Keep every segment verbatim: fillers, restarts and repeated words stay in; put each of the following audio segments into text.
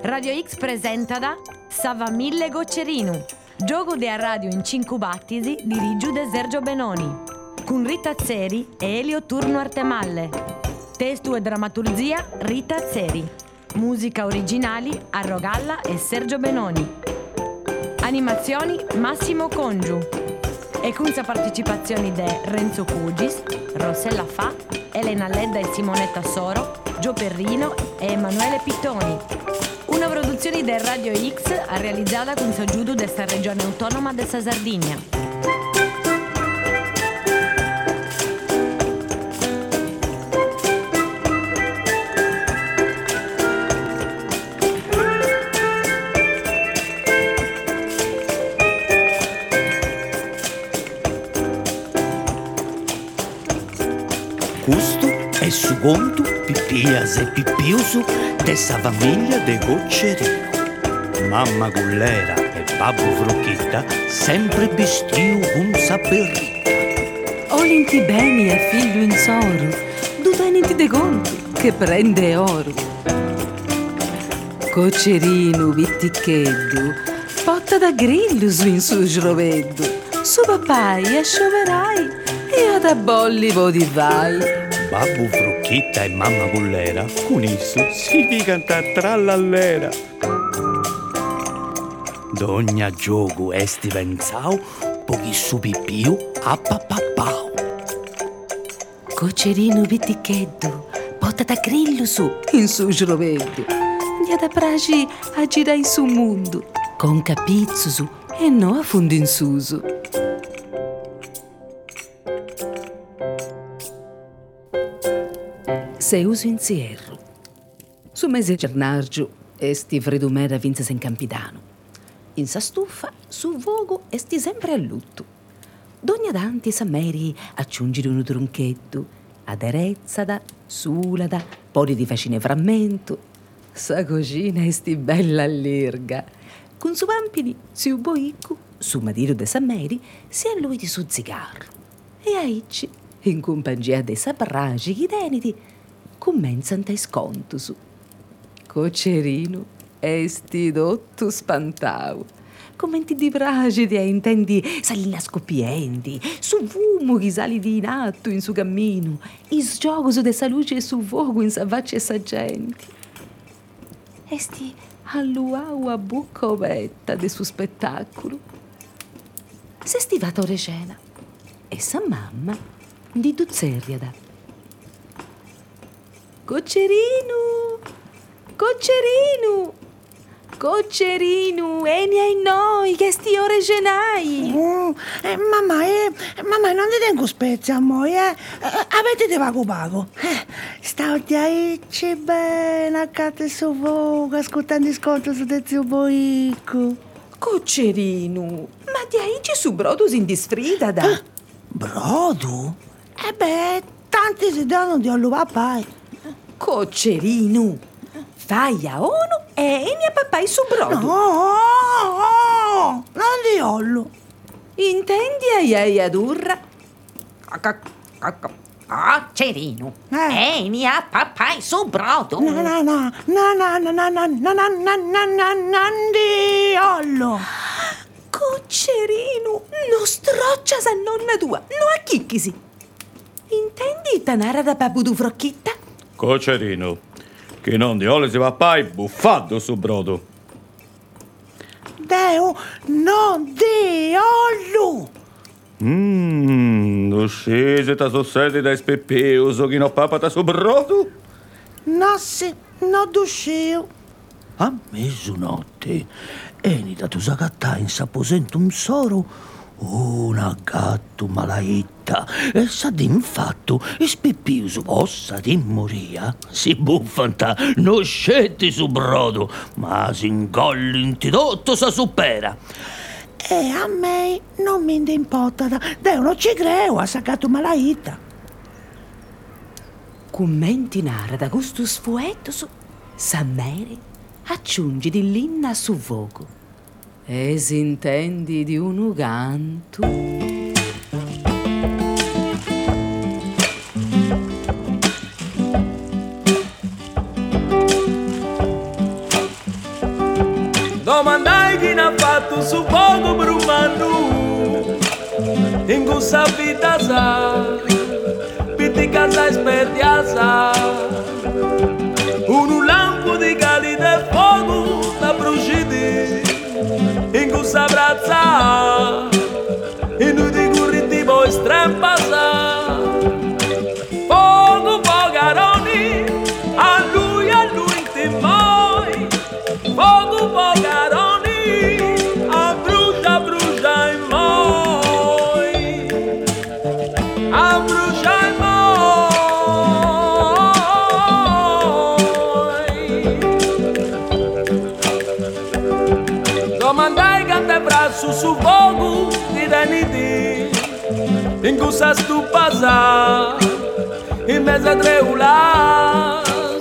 Radio X presenta da Sava Mille Goccerinu, gioco de a radio in cinque battisi di Rigiu de Sergio Benoni, con Rita Zeri e Elio Turno Artemalle. Testo e drammaturgia Rita Zeri. Musica originali a Rogalla e Sergio Benoni. Animazioni Massimo Congiu. E con sa partecipazioni de Renzo Cugis, Rossella Fa, Elena Ledda e Simonetta Soro, Gio Perrino e Emanuele Pittoni. Una produzione del Radio X realizzata con l'aiuto desta regione autonoma della Sardegna. Questo è su conto Pippias e Pippiusu dessa famiglia de Goccerino. Mamma Gullera e babbo Frocchitta sempre vestiu con saperrita. Olinti beni a figlio in soro, du teniti de conto che prende oro. Goccerino vitticheddu, potta da grillo su in su sroveddu, su papai a scioverai e ad abolli vodi vai. Babbo Frocchitta e mamma Gullera con esso si di cantare trallallera. D'ogna gioco esti pensau, pochi su pippiu a papapau. Goccerino vitticheddu, potta da grillo su in su sroveddu, di ad apragi a girai su mondo, con capizzo su e no a fondo in susu. Se uso in zierro. Su mese giornaggio esti fredumera vinzes in Campidano. In sa stufa, su vogo esti sempre a lutto. Dogna danti sa meri aggiungere un trunchetto, aderezzada, sulada, poi di facine frammento. Sa cocina esti bella all'irga. Con su vampini, si uboicu, su madiro de sa meri, si è lui di su zigarro. E aici, in compagnia de sa bragi chideniti, commenzant ai scontus. Goccerino, esti dotto spantau. Commenti di bragidi e intendi salina scopienti, su fumo chi sali di in atto in su cammino, is giogos de sa luce e su fuoco in sa facce e sa gente. Esti alluau a bocca ovetta de su spettacolo. Se stivata orecena, e sa mamma di duzzerriada. Goccerino, Goccerino, Goccerino, eni ai noi, che sti ore cenai. Mm, eh, mamma, eh, mamma, non ti tengo spezzi a moi, eh. eh avete de vago pago. Eh, stavo di aici bene, accanto al suo fuoco, ascoltando il sconto su de zio Boico. Goccerino, ma di aici su brodo si indisfrida da. Eh, brodo? Eh beh, tanti si danno di allo papai. Goccerino, fai a uno e eni a papai su brodo. No, no, non di ollo. Intendi ai ai ad urra? Goccerino, Eh. eni a papai su brodo. No, no, no, no, no, no, no, no, no, no, no, no, no, non di ollo. Goccerino, non stroccia sa nonna tua, no a chicchisi. Intendi tanara da babbo du Frocchitta? Goccerino, che non di ole si va pai buffado su brodo. Deo, non di ollo. Mmm, lo scese ta sossedi da spepeuso che no papata su brodo? No, sì, non d'uscio. A mezzanotte, eni da tu sagattà in saposento un soro, una gatto malaitta, e sa d'infatto, e speppiuso possa di moria, si buffanta, non scetti su brodo, ma si ingolli intidotto sa supera. E a me non mi importa, Deo non ci creo, ha saccato malaitta. Commenti nara da gusto sfuetto su Sammeri aggiungi di linna su vogo. E si intendi di un uganto. Domandai chi n'ha fatto su poco per un mannu in questa vita sa pitti casa espertiasa un lampo di calide fuoco da bruciti in questa brazza e noi di curriti poi strempasa poco pocaroni a lui a lui ti moi poco pocaroni a brucia brucia in moi a brucia in moi domandai cante braccio su fuoco di deniti in questa stupasa in mezzo a tre ulas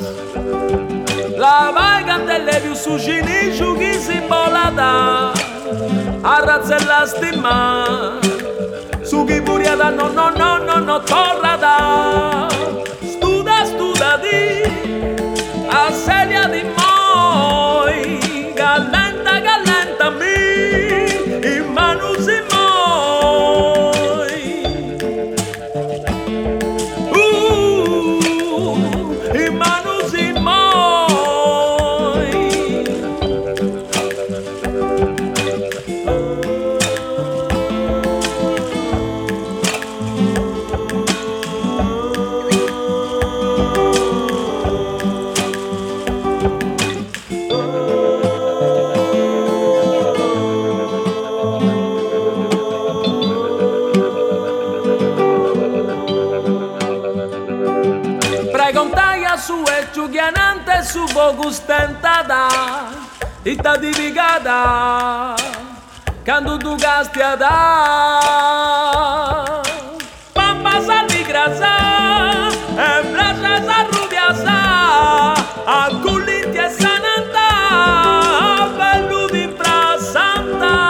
la vai cantelle più su cinici chi si volata a razzella stima su chi puriata no no no no no torrata studa studa di a sedia di moi gallenta gallenta mi in mano si moi su e giugianante su poco stentata itta divigata quando tu castiata pampa salvi grasa e braccia s'arrubiasa a cullinti e sananta velluti in frasanta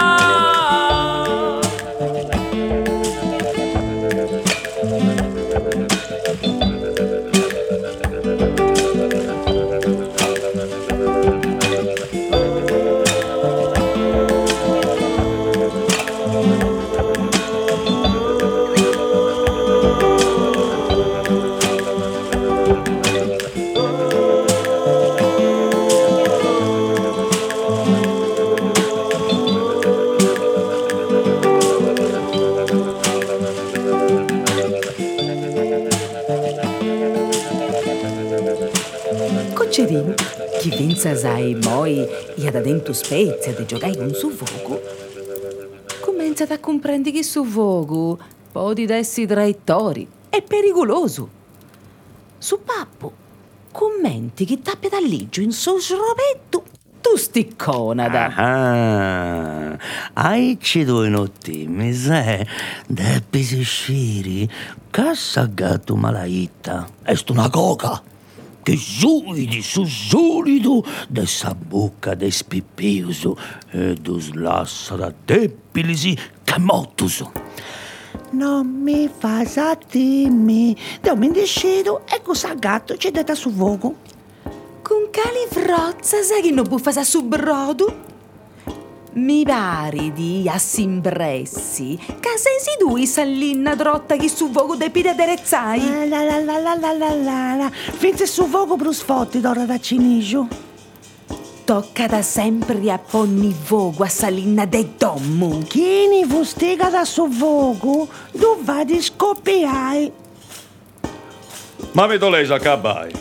Coccerino, chi vinse sai moi e da dentro spezia de giogai con su fuoco. Comincia a comprendere che su fuoco podi dessi traiettori, è pericoloso. Su pappo, commenti che tappia da ligio in suo sropetto, tu sticconada. Ah, hai ci due notti, mi sai, deppi si sciri, cassa gatto malaitta, est una coca. Che solidi, su solido, dessa bocca de spippiuso, e du slassa da deppilisi, che mottuso. Non mi fa sattimmi, devo mi indiscedo e cosa gatto c'è data su fuoco. Con cali frozza, sai che non buffa su brodo? Mi pare di assimpressi, che sei tu sallinna drotta che su fuoco de pide derezzai. La la la la la la la la, finze su fuoco per sfotti d'ora da cinicio. Tocca da sempre a ponni fuoco a sallinna de dommu. Chi ne fustiga da su fuoco, tu vai di scoppiare. Ma vedo lei sa cabai.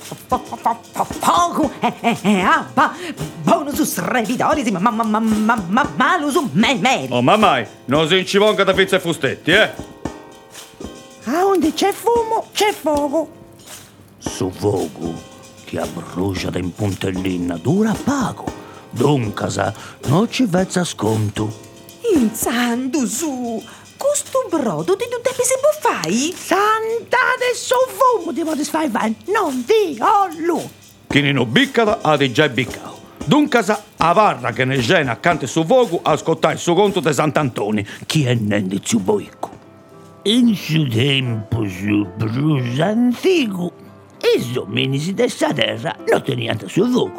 Poco e abba bonus revidori ma ma ma ma ma malus me meri. Oh mamma, non si incivonca da pizza e fustetti, eh? A onde c'è fumo, c'è fuoco. Su fuoco che abbrucia da in puntellina dura pago. Duncasa, non ci vezza sconto. Inzando su, questo brodo di tutte se buffai? Santa del suo fumo di modo sfai van, non di ollu. Chi non biccata ha di già biccao. Duncasa a varra che ne gena accanto su fuoco a scottare il suo conto di Sant'Antoni. Chi è nende zu boico? In su tempo su brusa antico, i dominisi dessa terra non teniate su fuoco.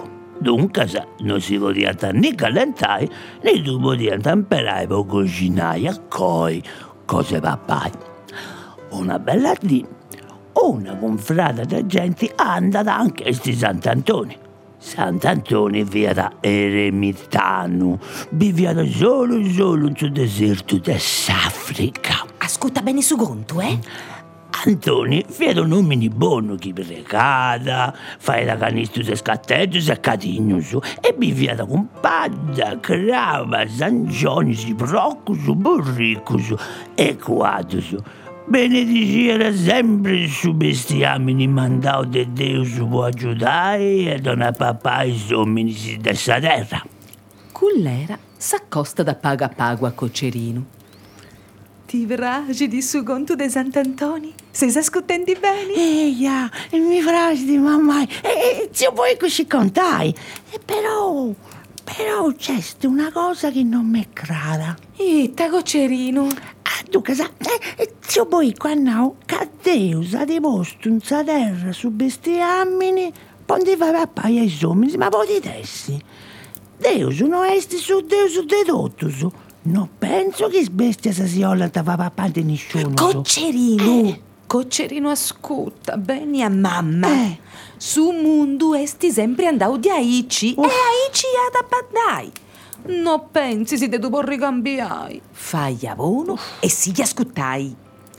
Dunque non si poteva né calentare né tu potevi temperare per cucinare a coi cose papai. Una bella dì, una confrata di gente è andata anche a sti Sant'Antoni. Sant'Antoni era eremitano, viveva solo solo in sul deserto dell'Africa. Ascolta bene su conto, eh? Antoni era un uomo buono che pregava, faceva canistus e scattetti e catignos e viveva con padda, crava, zanzionis, broccos, burricos e quadros. Benediceva sempre su bestiamini mandato da Dio può aiutare e dona papà i uomini dessa terra. Cullera s'accosta da paga a pago a Coccerino. Ti vragi di su conto de Sant'Antoni? Sei ascoltando bene? Eia, mi frasi di mamma, e se vuoi così contai. E però, però c'è una cosa che non mi crada. Itta, Coccerino. Ah, dunque, sa, eh, se vuoi quando che Deus ha deposto in sa terra su bestiamini, ponte fare a paia i sommi, ma poi ti dessi. Deus non esti su Deus de totus. Non penso che bestia si olla da fa papà di nessuno. Coccerino. Eh. Coccerino, ascolta bene a mamma. Eh. Su mondo esti sempre andau di aici e aici ad abbandai. Non pensi se te tu può ricambiare. Fai a buono e si ascoltai.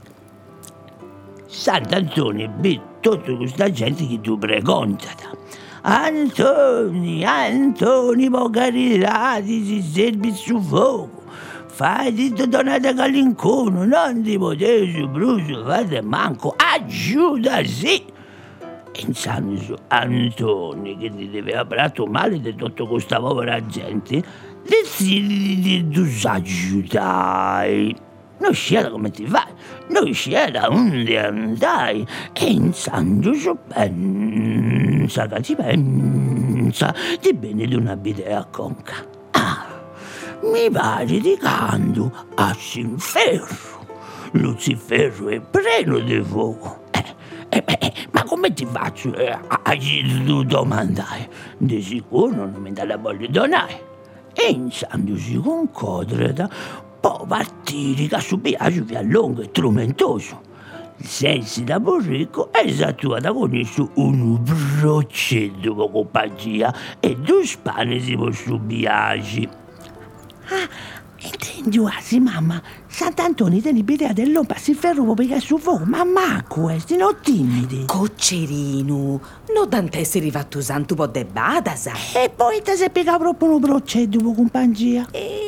Sant'Antonio vede tutta questa gente che tu precontata. Antoni, Antoni, po' carità, ti si servi su fuoco. Fai di donate gallincono, non ti potevi brucio, fate manco, aiutasi. Pensando su Antoni che ti deve aver prato male di tutto questa povera gente, decidi di aiutare. Non scelta come ti fai, non scelta onde andai, e in sangue su pensa, che ci pensa, di bene di una bidea conca. Ah, mi pare di canto a Sinferro. Luciferro è pieno di fuoco. Eh, eh, eh, ma come ti faccio eh, a, a tu domandare? Di sicuro non mi dà la voglia di donare. E in sangue si concorda può partire che su piace più lungo e tormentoso. Il senso da borrico è esattuata con esso un broccetto con compagnia e due spane si può su piace. Ah, intendi quasi, mamma. Sant'Antonio tiene l'idea dell'ompa si ferro perché su fuoco, ma ma questi non timidi. Coccerino, non tante essere arrivato santo po' de bada, sa. E poi ti sei piegato proprio un broccetto con compagnia. E...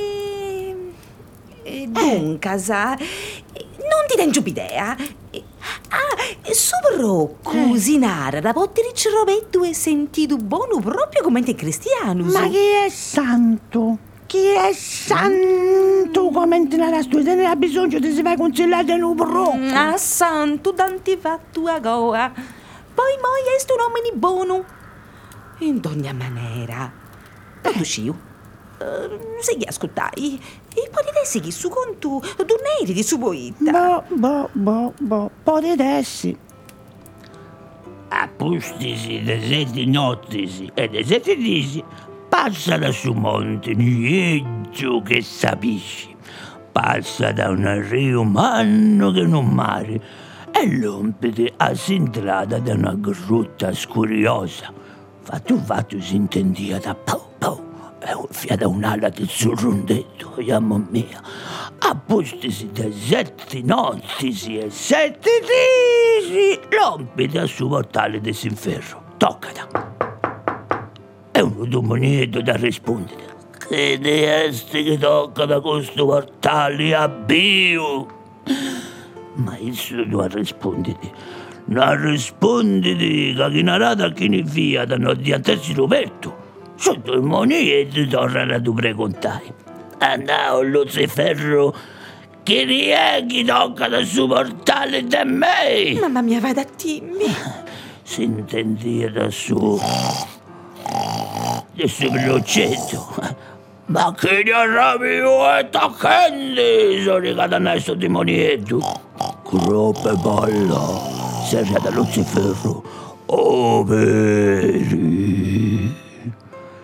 e dunque, sa, non ti tengo idea. Ah, sopra cucinare da potere rovetto e sentito buono proprio come te cristiano. Ma chi è santo? Chi è santo come nella storia? Ne ha bisogno di si fare consigliare in un brocco. Ah, santo, tanti fatto a goa. Poi moi è un uomo buono. In ogni maniera. Tutto sciu. Uh, se gli ascoltai, e potete essere su conto d'un eri di su boitta. Boh, boh, boh, boh, potete essere. Appustisi de sette nottisi e de sette disi, passa da su monte, niente che sapisci. Passa da un rio manno che non mare e lompete a s'entrata da una grotta scuriosa. Fatto fatto si intendia da pau pau. E fiata un'ala del suo rondetto, mamma mia. Appostisi da sette nottisi e sette disi, lompite a suo portale del Sinferro. Toccata. È un domonietto da rispondere. Che desti che tocca da questo portale a Dio? Ma esso non rispondere. Non rispondere, che chi narrata a chi ne via da non diantarsi Roberto. Sotto il monete torna a tu precontare. Andao Luciferro, che rieghi tocca dal suo portale da me. Mamma mia, vai da Timmy. Si intendia da su del suo broccetto. Ma che ne arrabbio e tacchendi, sono rigato a questo demonietto. Groppe balla, serra da Luciferro, oh veri.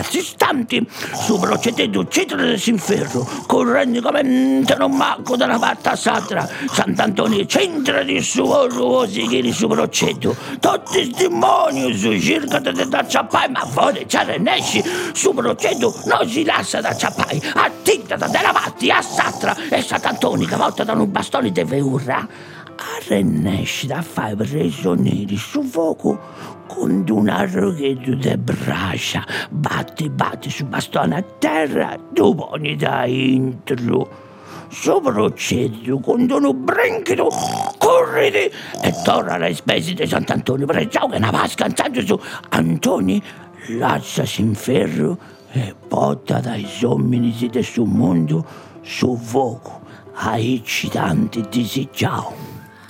questi istanti su procedendo centro dell'inferno, correndo come un mago da una parte a l'altra. Sant'Antonio centro di suo rosichini su procedendo, tutti i demoni su circa di acciappare, ma fuori c'è Renesci su procedendo non si lascia da acciappare, attinta da della parte a l'altra, e Sant'Antonio che volta da un bastone di veurra arrennesce da fare prigionieri su fuoco con un arroghetto di braccia, batti batti su bastone a terra, tu poni da intro. Su procedendo con un brinchito, corriti e torna alle spese di Sant'Antonio, pregiamo che ne va scansando su. Antonio lasciasi in ferro e porta dai somminisi del suo mondo su fuoco ai citanti disigiao.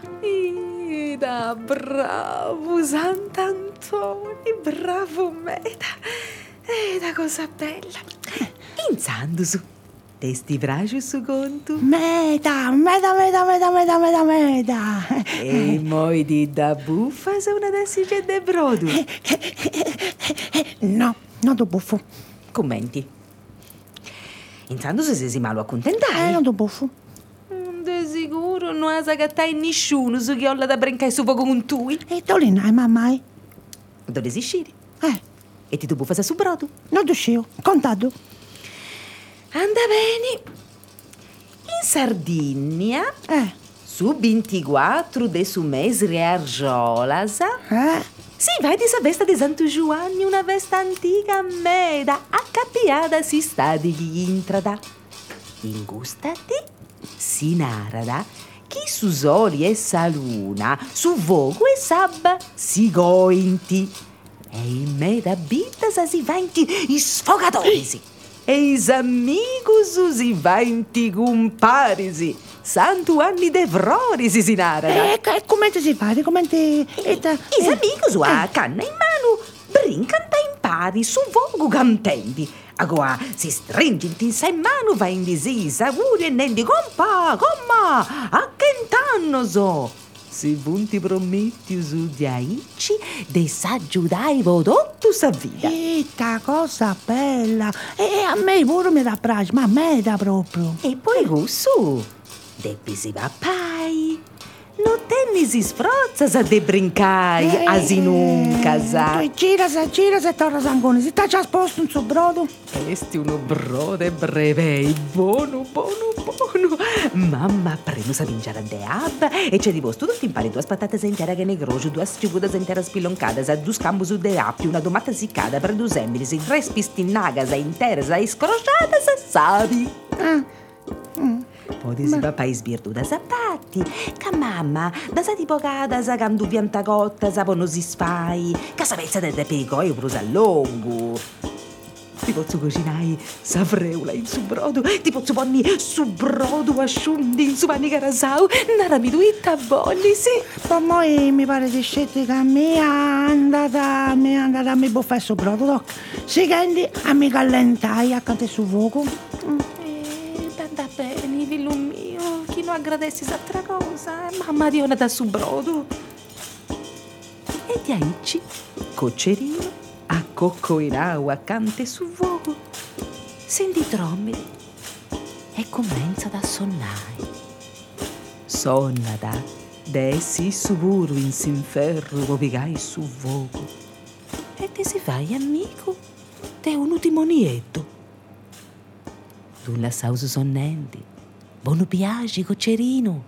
Da bravo Sant'Antonio, bravo Meda, e da cosa bella. Insando su, testi braccio su conto. Meda, meda, meda, meda, meda, meda, meda. E moi di da buffa se una dessi c'è de brodo. No, non do buffo. Commenti. Insando se si malo accontentare. Eh, non do buffo. De sicuro non ha sagattai nessuno su chi olla da brincare su poco con tui. E dolina, e mamma? Dove si uscire? Eh, E ti tu buffa su brodo? non do scio, contato. Anda bene. In Sardegna, Eh, su ventiquattro de su mese Argiolas, eh, si va di sa vesta di Santo Giovanni, una vesta antica meda, accappiata si sta di intrada. Ingustati, si narada, chi su soli e sa luna, su vogo e sabba si gointi. E in meda bitta si vanti i sfogatorisi. E is amigos si vanti comparisi. Santo anni de frorisi si narada. e, e come si fa? Come ti... Is amigos a canna in mano brincanta in pari su vogo cantenti. Agora si stringenti in sé mano va in disisa, auguri e nendi compa, comma, a che so. Si punti prometti su di aici, de s'aggiudai vodotto sa vita. Ita cosa bella. E a me pure mi dà piace, ma a me dà proprio. E poi gusso, de si pappai. Non tenni si sfrozza sa de brincai, asinun casa. E gira se gira se torna Sangone, si sta già sposto un suo brodo. Esti uno brode breve, buono, buono, buono. Mamma, prendo sa vinciare de abba e c'è di posto tutti impari due patate intera che ne grocio, due sciugudas intera spiloncate, sa due scambo su de appi, una domata siccata per due semmini, si tre spistinnaga sa intera sa iscrociata sa sabi. Ah. Mm. Poi si papà sbirdu da sapatti, che mamma, da sa tipo cada sa candu pianta cotta, sa non si sfai, che sapezza de pericoi prus a lungo. Ti posso cucinare sa freula in su brodo, ti posso ponni su brodo asciundi in su panni carasau, narami duitta bolli, sì. Poi moi mi pare di scegliere che mi è andata, mi è andata a mi buffare su brodo, doc. Si kendi a mi callentai accanto su fuoco. Mm. Eh, tanta bene, figlio mio, chi non aggradessi s'altra cosa, eh? Mamma Dio, da su brodo. E di aici, coccerino, a cocco in acqua, cante su fuoco, senti trombidi e comincia a sonnare. Sonnata, dessi su puro in s'inferro, popigai su fuoco, e ti si fai amico de un ultimonietto. Tu la sausa sonnenti, buono piaci, coccerino.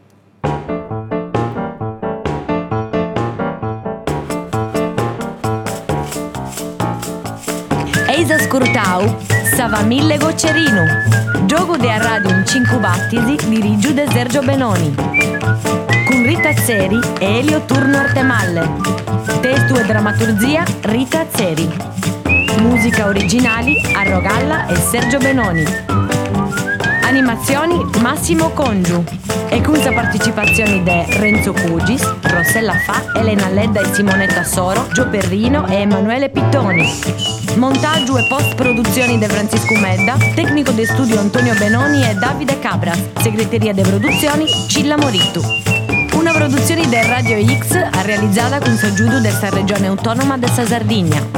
Eisa Scurtau, Sava Mille Goccerino. Gioco de a radio in cinque battiti di Rigiu de Sergio Benoni. Con Rita Azzeri e Elio Turno Artemalle. Testo e drammaturgia Rita Azzeri. Musica originali a Rogalla e Sergio Benoni. Animazioni Massimo Congiu. E con la partecipazione di Renzo Cugis, Rossella Fa, Elena Ledda e Simonetta Soro, Gio Perrino e Emanuele Pittoni. Montaggio e post-produzioni di Francisco Medda, tecnico di studio Antonio Benoni e Davide Cabras, segreteria di produzioni Cilla Morittu. Una produzione del Radio X realizzata con l'aggiuto della regione autonoma della Sardegna.